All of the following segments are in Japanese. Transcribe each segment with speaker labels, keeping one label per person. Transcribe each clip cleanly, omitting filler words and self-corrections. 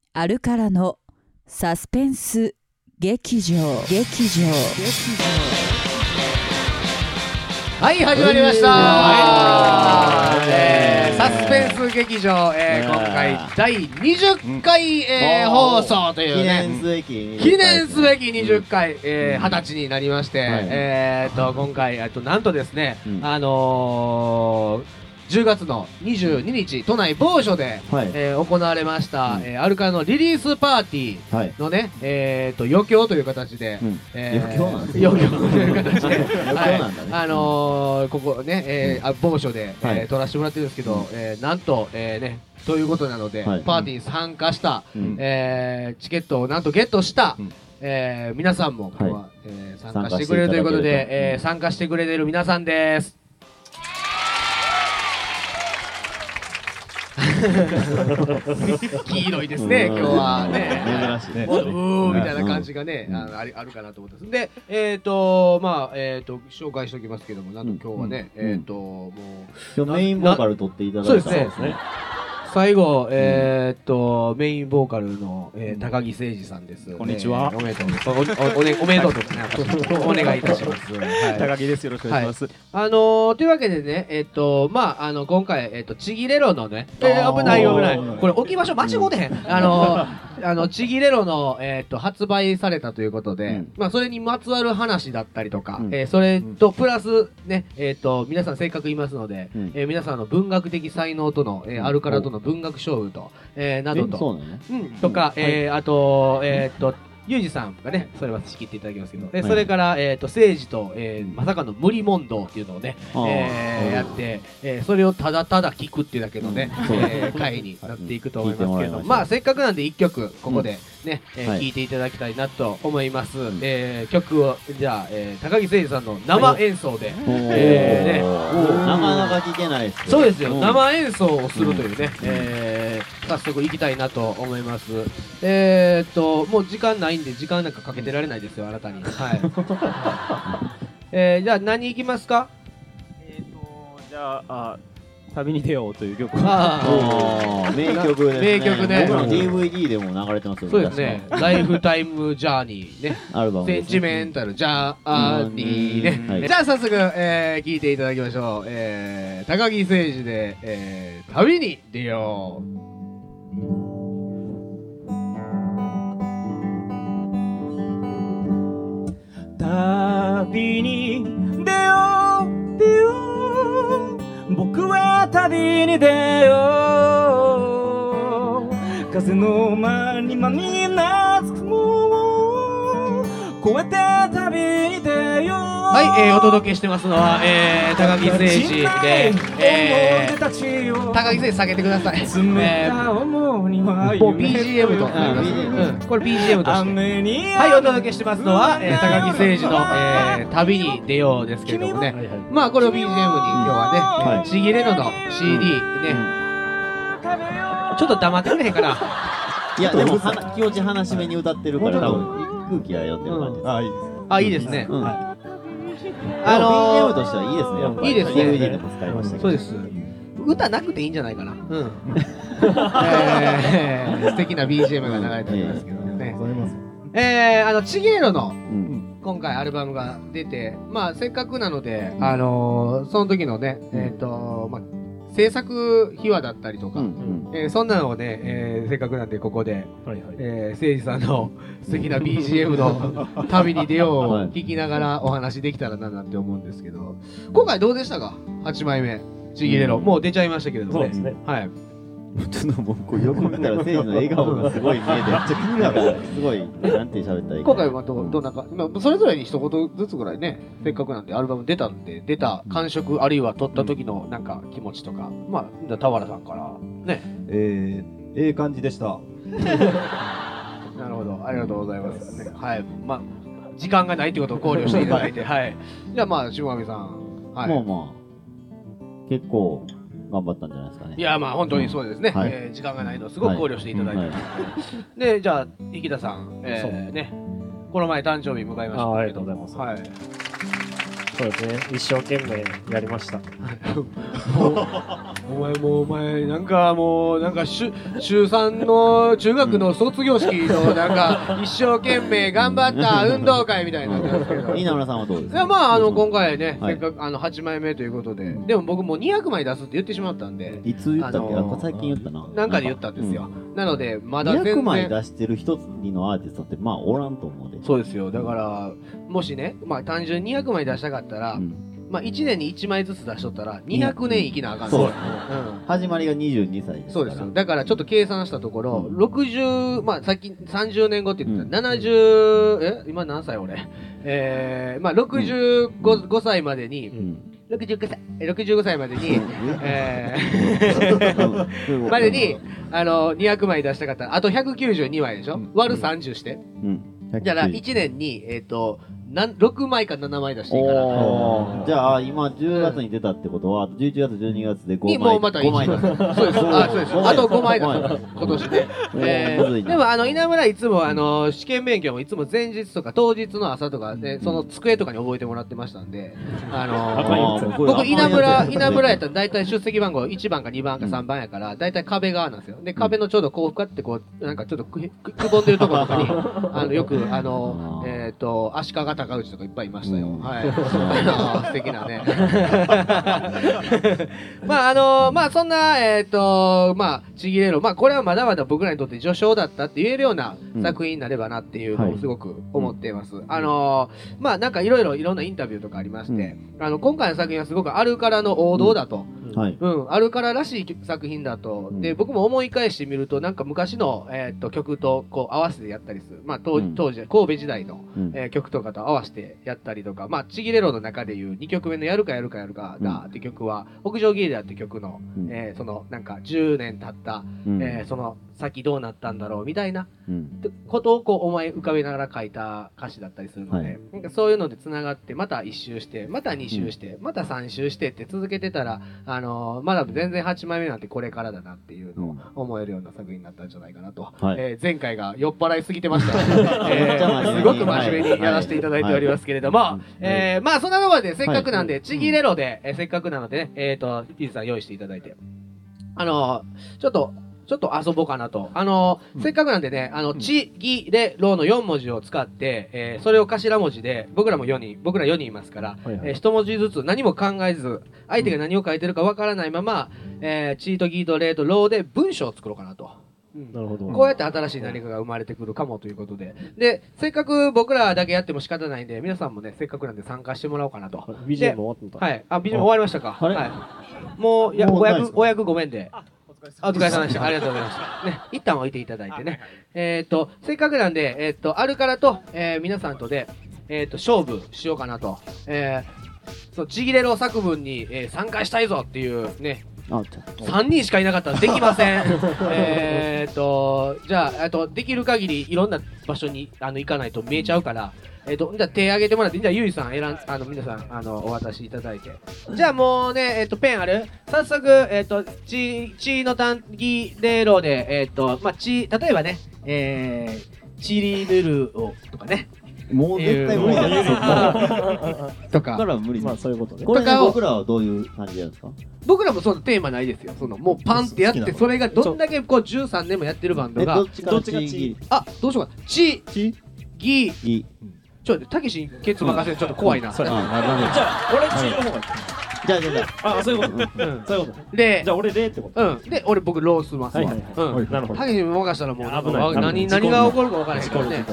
Speaker 1: アルカラのサスペンス劇場。
Speaker 2: はい、始まりました、サスペンス劇場、今回第20回、放送というね記念すべき20回、20歳になりまして、今回なんとですね、10月の22日都内某所で、行われました、アルカラのリリースパーティーのね、余興という形で、
Speaker 3: 余興なんです
Speaker 2: 余興という形でここね、某所で、撮らせてもらってるんですけど、なんと、ね、ということなので、パーティーに参加した、チケットをなんとゲットした、皆さんもここは、参加してくれるということで、参加してくれてる皆さんです。黄色いですね、今日はね。
Speaker 3: 珍しいね。
Speaker 2: みたいな感じがね、あるかなと思ってます。で、紹介しておきますけども、なんと今日はね、もう
Speaker 3: 今日メインボーカル取っていただいた。
Speaker 2: そうですね。最後、メインボーカルの、高木誠二さんです。
Speaker 4: こんにちは。
Speaker 2: おめでとう。おめでとうとかね、お願いいたします。
Speaker 4: 高木です。よろしくお願いします。
Speaker 2: というわけでね、今回、ちぎれろのね、危ない。これ置き場所間違うてへん。ちぎれろの、発売されたということで、それにまつわる話だったりとか、それとプラスね、皆さん性格いますので、皆さんの文学的才能との、アルカラとの文学勝負と、などと、とか、あと、ユージさんがね、それは仕切っていただきますけど、それから、聖司と、まさかの無理問答っていうのをね、やって、それをただただ聞くっていうだけのね、回になっていくと思いますけれども、まあせっかくなんで1曲ここでね、聴いていただきたいなと思います。曲をじゃあ、高木誠二さんの生演奏で、
Speaker 3: なかなか聞けないです。
Speaker 2: そうですよ、生演奏をするというね、早速行きたいなと思います。もう時間ないんで時間なんかかけてられないですよ、あなたに。はい。じゃあ何行きますか？
Speaker 4: じゃあ旅に出ようという曲。
Speaker 3: 名曲ですね。
Speaker 2: 名曲ね。
Speaker 3: 僕らの DVD でも流れてますよね。
Speaker 2: そうですね。ライフタイムジャーニーね。
Speaker 3: アルバム
Speaker 2: センチメンタルジャーニーね。じゃあ早速聴いていただきましょう。高木誠二で旅に出よう。
Speaker 4: 旅に出よう僕は旅に出よう風の間に間に懐く雲を越えて旅に出よう。
Speaker 2: はい、お届けしてますのは、高木誠二で、高木誠二下げてください。もう BGM と、これ BGM として、はい、お届けしてますのは、高木誠二の、旅に出ようですけれどもね、まあこれを BGM に今日はね、ちぎれろの CD ね、ちょっと黙ってくれへんかな。
Speaker 3: いやでも気持ち話しめに歌ってるから多分空気は読んでる感じです。
Speaker 2: あ、いいですね。
Speaker 3: BGM としてはいいですね。やっぱり
Speaker 2: いいですね。
Speaker 3: DVD でも使いましたけど。
Speaker 2: そうです。歌なくていいんじゃないかな。素敵な BGM が流れておりますけどね。ちぎれろの今回アルバムが出て、まあせっかくなので、その時のね、制作秘話だったりとか、そんなのをね、せっかくなんでここで、誠司さんの素敵な BGM の旅に出ようを聞きながらお話できたらななんて思うんですけど、今回どうでしたか？8枚目ちぎれろ、もう出ちゃいましたけれどもね。はい。
Speaker 3: ちょっともうよく見たら誠司の笑顔がすごい見えて、なんかすごいなんて喋ったらいいか。
Speaker 2: 今回はどんなか、それぞれに一言ずつぐらいね、せっかくなんでアルバム出たんで、出た感触、あるいは撮った時のなんか気持ちとか、まあ田原さんからね。
Speaker 5: 感じでした。
Speaker 2: なるほど、ありがとうございます。はい、まあ時間がないってことを考慮していただいて、はい。じゃあまあ下上さん、はい。
Speaker 3: まあ結構頑張ったんじゃないですかね。
Speaker 2: いやまあ本当にそうですね。時間がないのをすごく考慮していただいて、でじゃあ池田さん、ね、この前誕生日迎えました。
Speaker 4: ありがとうございます。
Speaker 2: はい。
Speaker 5: そうですね、一生懸命やりました。
Speaker 2: お前なんか中3の中学の卒業式のなんか一生懸命頑張った運動会みたいになってますけど。
Speaker 3: 稲村さんはどうですか？
Speaker 2: いや今回ね、せっかく8枚目ということで、でも僕もう200枚出すって言ってしまったんで。
Speaker 3: いつ言ったっけ？最近言ったな。
Speaker 2: なんかで言ったんですよ。なのでまだ全然
Speaker 3: 200枚出してる一人のアーティストっておらんと思うで。
Speaker 2: そうですよ。だからもしね、単純に200枚出したかったら。1年に1枚ずつ出しとったら200年生きなあかん。そう
Speaker 3: 始まりが22歳です。
Speaker 2: そうですよ。だからちょっと計算したところ60、さっき30年後って言ったら70、今何歳俺65歳までに65歳までにまでに200枚出したかったらあと192枚でしょ、割る30して、だから1年に6枚か7枚出していいから。
Speaker 3: じゃあ今10月に出たってことは11月12月で5枚。
Speaker 2: もうまた5枚出す。そうです。あと5枚出す今年で。でも稲村いつも試験勉強もいつも前日とか当日の朝とかでその机とかに覚えてもらってましたんで、僕稲村やったら大体出席番号1番か2番か3番やから大体壁側なんですよ。で壁のちょうどこう向かってこうなんかちょっとくぼんでるところとかによく足利高内とかいっぱいいましたよ。はい。素敵なね。そんなちぎれろ、これはまだまだ僕らにとって序章だったって言えるような作品になればなっていうのをすごく思っています。なんかいろんなインタビューとかありまして、今回の作品はすごくアルカラの王道だと。アルカラらしい作品だと。で僕も思い返してみるとなんか昔の曲とこう合わせてやったりする。当時神戸時代の曲とかと合わせてやったりとか、ちぎれろの中でいう2曲目のやるかやるかやるかだって曲は屋上ゲリラって曲のそのなんか10年経ったその先どうなったんだろうみたいなことをこう思い浮かべながら書いた歌詞だったりするので、なんかそういうのでつながってまた1周してまた2周してまた3周してって続けてたらまだ全然8枚目なんてこれからだなっていうのを思えるような作品になったんじゃないかなと。前回が酔っ払いすぎてましたすごく真面目にやらせていただいておりますけれども、そんなところでせっかくなんでちぎれろでせっかくなのでねピースさん用意していただいてちょっと遊ぼうかなと。せっかくなんでね、ちぎれろの4文字を使って、それを頭文字で、僕ら4人いますから、1文字ずつ何も考えず、相手が何を書いてるかわからないまま、ちとぎとれとろで文章を作ろうかなと。
Speaker 5: なるほど。
Speaker 2: こうやって新しい何かが生まれてくるかもということで。で、せっかく僕らだけやっても仕方ないんで、皆さんもね、せっかくなんで参加してもらおうかなと。
Speaker 5: BGM 終わった。
Speaker 2: はい。BGM 終わりましたか。はい。もう、お役ごめんで。お疲れ様でした。ありがとうございました。ね、一旦置いていただいてね。せっかくなんで、あるからと、皆さんとで、勝負しようかなと。ちぎれろ作文に、参加したいぞっていうね、3人しかいなかったらできません。じゃあ、できる限りいろんな場所に行かないと見えちゃうから、じゃあ手挙げてもらって、じゃあゆいさん皆さんお渡しいただいて。じゃあもうね、ペンある？早速、ちの単義レロで、例えばね、チリヌルをとかね。
Speaker 3: もう絶対無理だよ。
Speaker 2: とか。
Speaker 3: から無理。
Speaker 5: そういうことね。
Speaker 3: これ僕らはどういう感じなんですか？
Speaker 2: 僕らもそのテーマないですよ。もうパンってやって、それがどんだけこう13年もやってるバンドが。
Speaker 3: どっちがち？
Speaker 2: どうしようかな。ち、ぎ。たけしにケツ任せるちょっと怖いな。
Speaker 5: じゃあ、俺ちの方がいい。
Speaker 3: じゃあ、
Speaker 5: そういうこと。そういうこと。
Speaker 2: で、
Speaker 5: じゃあ俺でってこと。
Speaker 2: で、僕ロースますわ。なるほど。たけしに任したらもう何が起こるか分からないからね。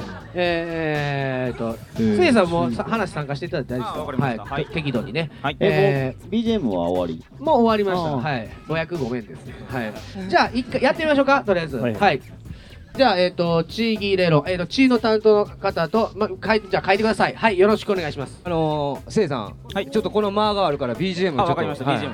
Speaker 2: せいさんも話参加していただいて大丈夫ですか？はい。適度にね。
Speaker 3: BGM は終わり？
Speaker 2: もう終わりました。はい。ご役ごめんです。はい。じゃあ一回やってみましょうか。とりあえず。はい。じゃあ、ちぎれろ、ちの担当の方と、じゃあ書いてください。はい、よろしくお願いします。
Speaker 6: せいさん、ちょっとこの間があるから BGM ちょっと。わかりました、BGM です。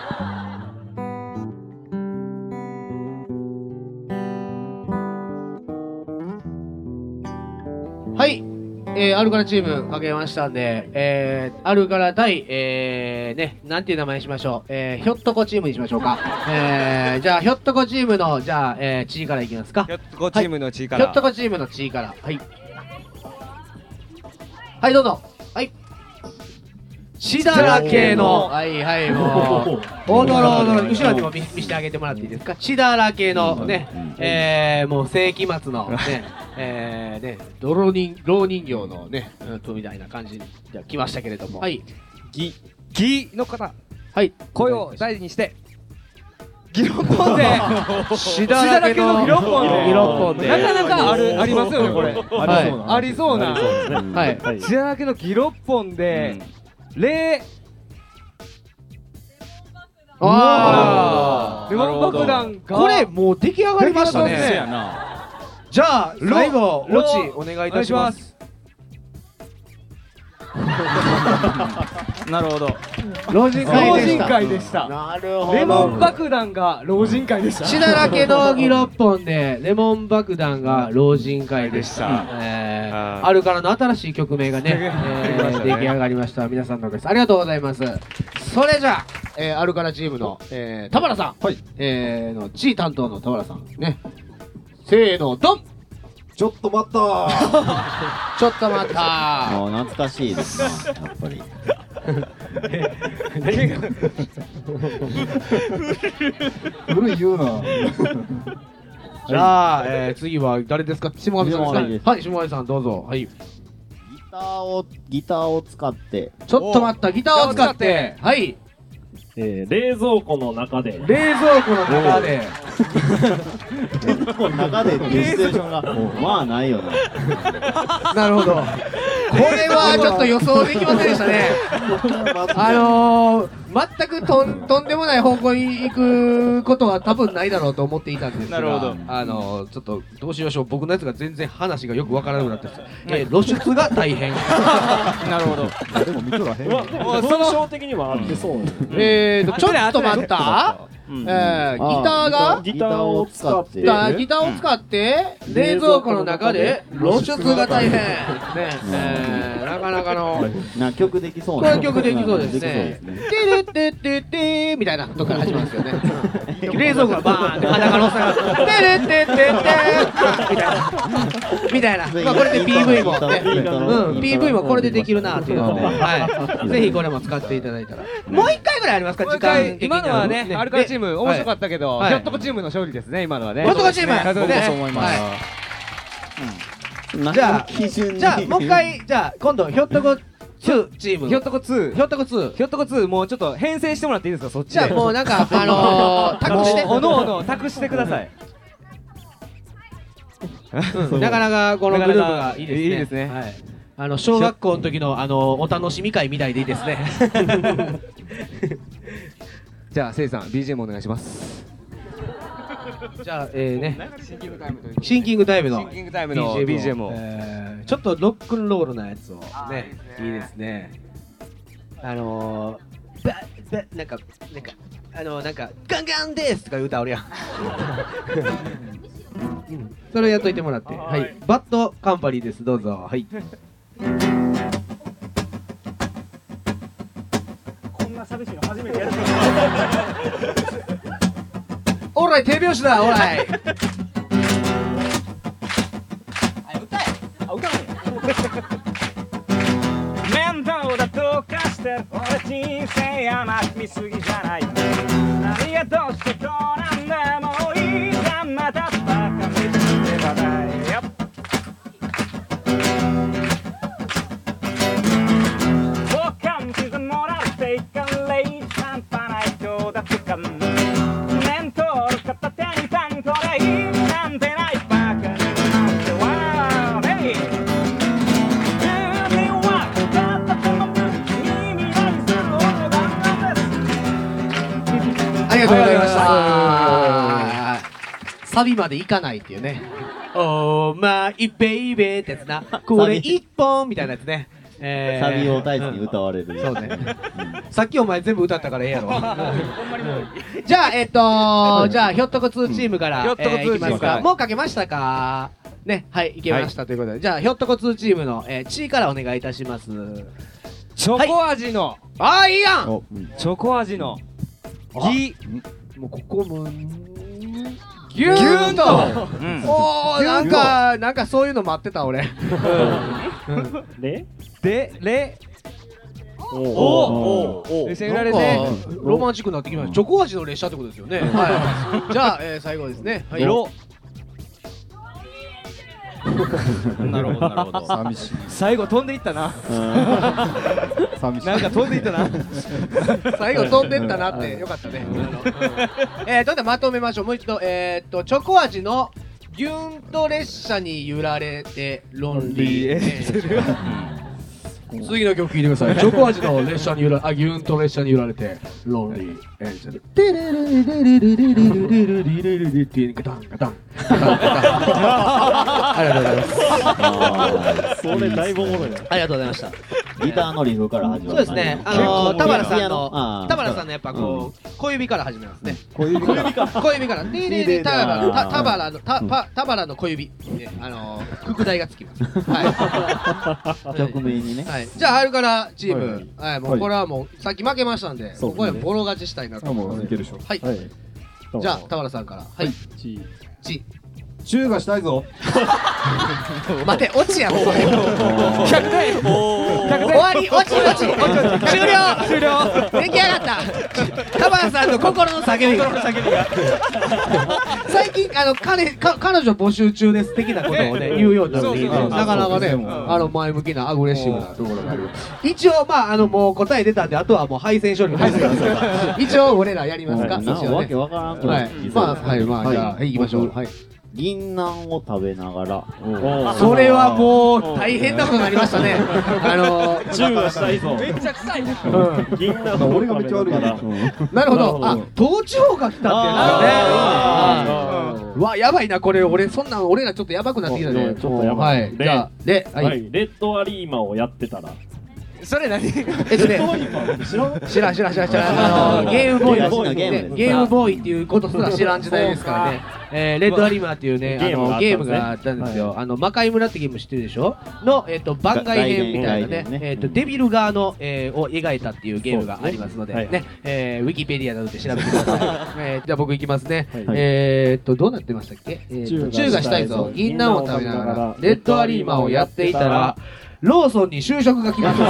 Speaker 2: はい、アルカラチームかけましたんで、アルカラ対、なんていう名前にしましょう。ひょっとこチームにしましょうか。じゃあ、ひょっとこチームの、じゃあ、チーからいきますか。
Speaker 6: ひょっとこチームのチーから。
Speaker 2: ひょっとこチームのチーから。はい。はい、どうぞ。はい。 血だらけのはいはいもうおどろおどろ後ろにも見せてあげてもらっていいですか。血だらけのねもう世紀末のね老人形のねみたいな感じで来ましたけれども、はい
Speaker 6: ギの方、
Speaker 2: はい
Speaker 6: 声を大事にしてギロッポンで
Speaker 2: 血だらけの
Speaker 6: ギロッポンで
Speaker 2: ギロッポンで
Speaker 6: なかなかありますよねこれ。ありそうな
Speaker 2: はい
Speaker 6: 血だらけのギロッポンでレモン爆弾が
Speaker 2: これもう出来上がりましたね。じゃあ最後オチお願いいたします。
Speaker 4: なるほど。
Speaker 2: 老人会でした。
Speaker 3: なるほど。
Speaker 6: レモン爆弾が老人会でした。
Speaker 2: 血だらけのギロッポンでレモン爆弾が老人会でした。アルカラの新しい曲名がね出来上がりました。皆さんのおかげです。ありがとうございます。それじゃあアルカラチームの田原さんの G 担当の田原さんね、せーのドン。
Speaker 7: ちょっと待ったー
Speaker 2: ちょっと待った
Speaker 3: もう懐かしいですな、やっぱり。
Speaker 7: 古い言うな。
Speaker 2: じゃあ次は誰ですか。下上さんですか。はい、下上さんどうぞ。はい。
Speaker 3: ギターを使って。
Speaker 2: ちょっと待った、ギターを使って。はい。
Speaker 5: 冷蔵庫の中で。
Speaker 2: 冷蔵庫の中で。
Speaker 3: 冷蔵庫の中でっていうシチュエーションがまあないよね。
Speaker 2: なるほど。これはちょっと予想できませんでしたね。全くとんでもない方向に行くことは多分ないだろうと思っていたんですが、なるほど。ちょっとどうしましょう。僕のやつが全然話がよくわからなくなって露出が大変。
Speaker 6: なるほど。
Speaker 7: でも見とらへん。
Speaker 5: その象的にはあってそう。
Speaker 2: ちょっと待った。ギターを使って冷蔵庫の中で露出が大変ね、なかなかの
Speaker 3: 曲できそう
Speaker 2: これ曲できそうですね。テレテテテみたいなとこから始まるんですよね。冷蔵庫がバーンって裸のさテレテテテみたいなまあこれで PV もねPV もこれでできるなっていうので、はい、ぜひこれも使っていただいたらもう一回ぐらいありますか。時間的に
Speaker 6: 今のはねアルカラチーム面白かったけど、ひょっとこチームの勝利ですね。今のはね。
Speaker 2: ひょっとこチーム。
Speaker 6: そう思います。
Speaker 2: じゃあもう一回じゃあ今度ひょっとこ2チーム。
Speaker 6: ひょっとこ2もうちょっと編成してもらっていいですか。そっちで。
Speaker 2: じゃあもうなんか託して。
Speaker 6: おのおの託してください。
Speaker 2: なかなかこのグループがいいですね。いいですね。はい。小学校の時のお楽しみ会みたいでいいですね。
Speaker 6: じゃあせいさん BGM お願いします。
Speaker 2: じゃあねシンキングタイムの
Speaker 6: BGM を
Speaker 2: ちょっとロックンロールなやつをね。いいですね。なんかガンガンですとか歌うやん。それやっといてもらって。はい。バッドカンパニーです。どうぞ。はい。
Speaker 5: 寂しいの初めてやる。
Speaker 2: オーライ手拍子だ。オーライ。
Speaker 4: 面倒だとかして俺人生甘く見すぎじゃない。何がどうしてこうなんでもいいじゃん。またバカ見てばないよ。そう感じてもらっていかれい半端ない人だとかメントール片手にパンこれ意味なんてないバカになんてわーね君は片手の武器に未来するお値段なんです。
Speaker 2: ありがとうございました。サビまでいかないっていうね。オーマイベイベーってやつな。これ一本みたいなやつね。
Speaker 3: サビを大好きに歌われる。
Speaker 2: そうね。さっきお前全部歌ったからええやろ。じゃあじゃあひょっとこ2チームからいきますか。もうかけましたか。ね、はい、いけましたということで、じゃあひょっとこ2チームのチーからお願いいたします。
Speaker 6: チョコ味の。
Speaker 2: ああいいやん。
Speaker 6: チョコ味の。
Speaker 2: もうここもギューンと。おおなんかそういうの待ってた俺。
Speaker 5: で
Speaker 6: レ列車に揺られて
Speaker 2: なんかロマンチックになってきました。チョコ味の列車ってことですよね。はい。じゃあ最後ですね。はい。
Speaker 6: なるほどなるほど。
Speaker 7: 寂しい。
Speaker 6: 最後飛んでいったな。
Speaker 7: 寂しい。
Speaker 6: なんか飛んでいったな。
Speaker 2: 最後飛んでったなってよかったね。とでまとめましょう。もう一度チョコ味のギュンと列車に揺られてロンリーエンジェル。次の曲聴いてください。チョコ味の列車にギュンと列車に揺られてロンリーエンジェル。テレレレレレレレレレレレレレガタンガタン。ありがとうございます。
Speaker 5: それだいぶおもろいな。
Speaker 2: ありがとうございました。
Speaker 3: ギターのリフから始まる。
Speaker 2: そうですね。田原さんのやっぱこう小指から始めますね。
Speaker 3: 小指から。
Speaker 2: 小指から田原の小指副題がつきます。はい。
Speaker 3: 曲名にね。
Speaker 2: はい。じゃああるからチーム、はい、もうこれはもうさっき負けましたんで、ここでボロ勝ちしたいなと思います。
Speaker 7: いけるでしょ。
Speaker 2: はい。じゃあ田原さんから。はい。チ。
Speaker 7: チューがしたいぞ。
Speaker 2: 待て、落ちやもう。100点。終わり、落ち。終了。出来上がった。田原さんの心の叫びが。最近彼女募集中です的なことをね言うようになってなかなかね前向きなアグレッシブなところがある。一応もう答え出たんであとはもう敗戦処理ですから一応俺らやりますか。
Speaker 3: わけわからんくらい。
Speaker 2: じゃあ行きましょう。
Speaker 3: 銀杏を食べながら。
Speaker 2: それはもう大変なことになりましたね。
Speaker 5: チューがしたいぞ。
Speaker 6: めっちゃ臭い。
Speaker 5: 銀杏
Speaker 7: 俺がめっちゃ悪い。
Speaker 2: なるほど。東地方が来たっていうのがね。うわやばいなこれ俺そんなん俺らちょっとやばくなってきたね。
Speaker 5: ちょっとやばい。
Speaker 2: じゃあレ
Speaker 5: ッドアリーマをやってたら。
Speaker 6: それ何？
Speaker 2: 知らん。ゲームボーイっていうことすら知らん時代ですからね。レッドアリーマーっていうねゲームがあったんですよ。魔界村ってゲーム知ってるでしょ？の番外編みたいなねデビル側のを描いたっていうゲームがありますのでねウィキペディアなどで調べてください。じゃあ僕いきますね。どうなってましたっけ？チューがしたいぞ。銀杏を食べながらレッドアリーマーをやっていたらローソンに就職が決まった。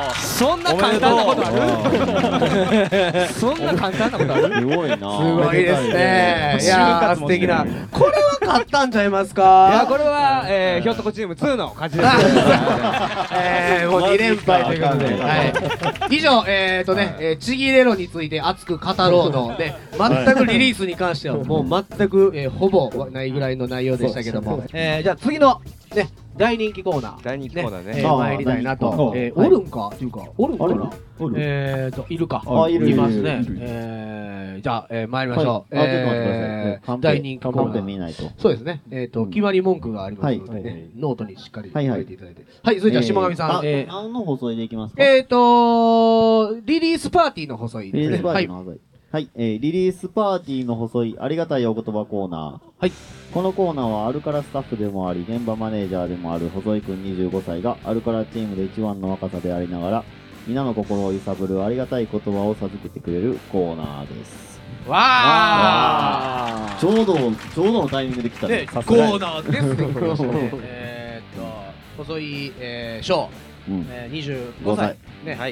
Speaker 6: そんな簡単なことある？そんな簡単なことある？
Speaker 3: すごいな。
Speaker 2: すごいですね。いや素敵な。これは勝ったんちゃいますか？
Speaker 6: いやこれはひょっとこチーム2の勝ちです。
Speaker 2: もう2連敗ということで。以上ちぎれろについて熱く語ろうので全くリリースに関してはもう全くほぼないぐらいの内容でしたけども。じゃあ次のね。大人気コーナー。
Speaker 6: 大人気コーナーね。
Speaker 2: 参りたいなと。おるんかっていうか、おるんかな。いるか。いますね。じゃあ参りましょう。大人気コーナー。そうですね。決まり文句がありますので、ノートにしっかり書いていただいて。はい、それじゃあ島上さん。
Speaker 3: 何の細いでいきますか？
Speaker 2: リリースパーティーの細いですね。はい。
Speaker 3: はい、リリースパーティーの細いありがたいお言葉コーナー。
Speaker 2: はい。
Speaker 3: このコーナーはアルカラスタッフでもあり現場マネージャーでもある細井くん25歳がアルカラチームで一番の若さでありながら皆の心を揺さぶるありがたい言葉を授けてくれるコーナーです。
Speaker 2: わあ。
Speaker 3: ちょうどのタイミングで来たね。
Speaker 2: コーナーですね。細井翔25歳ね。はい。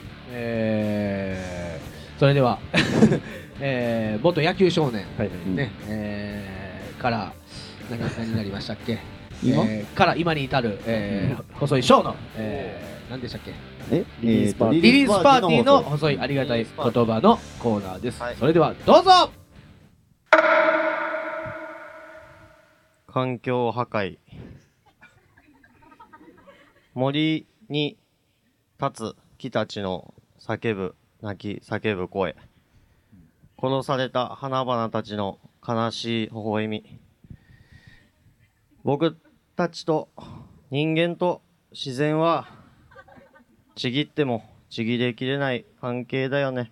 Speaker 2: それでは元野球少年ねから何になりましたっけ？から今に至る細井翔の何でしたっけ？リリースパーティーの細いありがたい言葉のコーナーです。それではどうぞ。
Speaker 8: 環境破壊。森に立つ木たちの泣き叫ぶ声。殺された花々たちの悲しい微笑み。僕たちと人間と自然はちぎってもちぎれきれない関係だよね。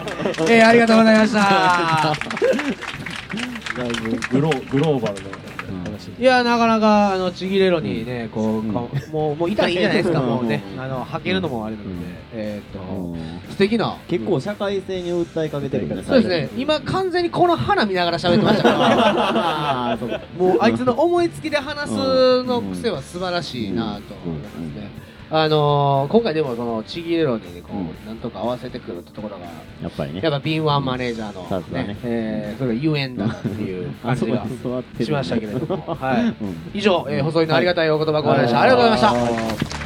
Speaker 2: ありがとうございました。
Speaker 5: だいぶグローバルな。
Speaker 2: いやなかなかちぎれろにねこうもういたらいいじゃないですかもうねはけるのもあれなので素敵な
Speaker 3: 結構社会性に訴えかけてるから
Speaker 2: そうですね今完全にこの花見ながら喋ってましたからもうあいつの思いつきで話すの癖は素晴らしいなと思いますね。今回でもそのちぎれろにこうなんとか合わせてくるってところが
Speaker 3: やっぱりね
Speaker 2: やっぱ敏腕マネージャーのねそれがゆえんだなっていう感じがしましたけれどもはい以上細いのありがたいお言葉ご覧でした。ありがとうございました。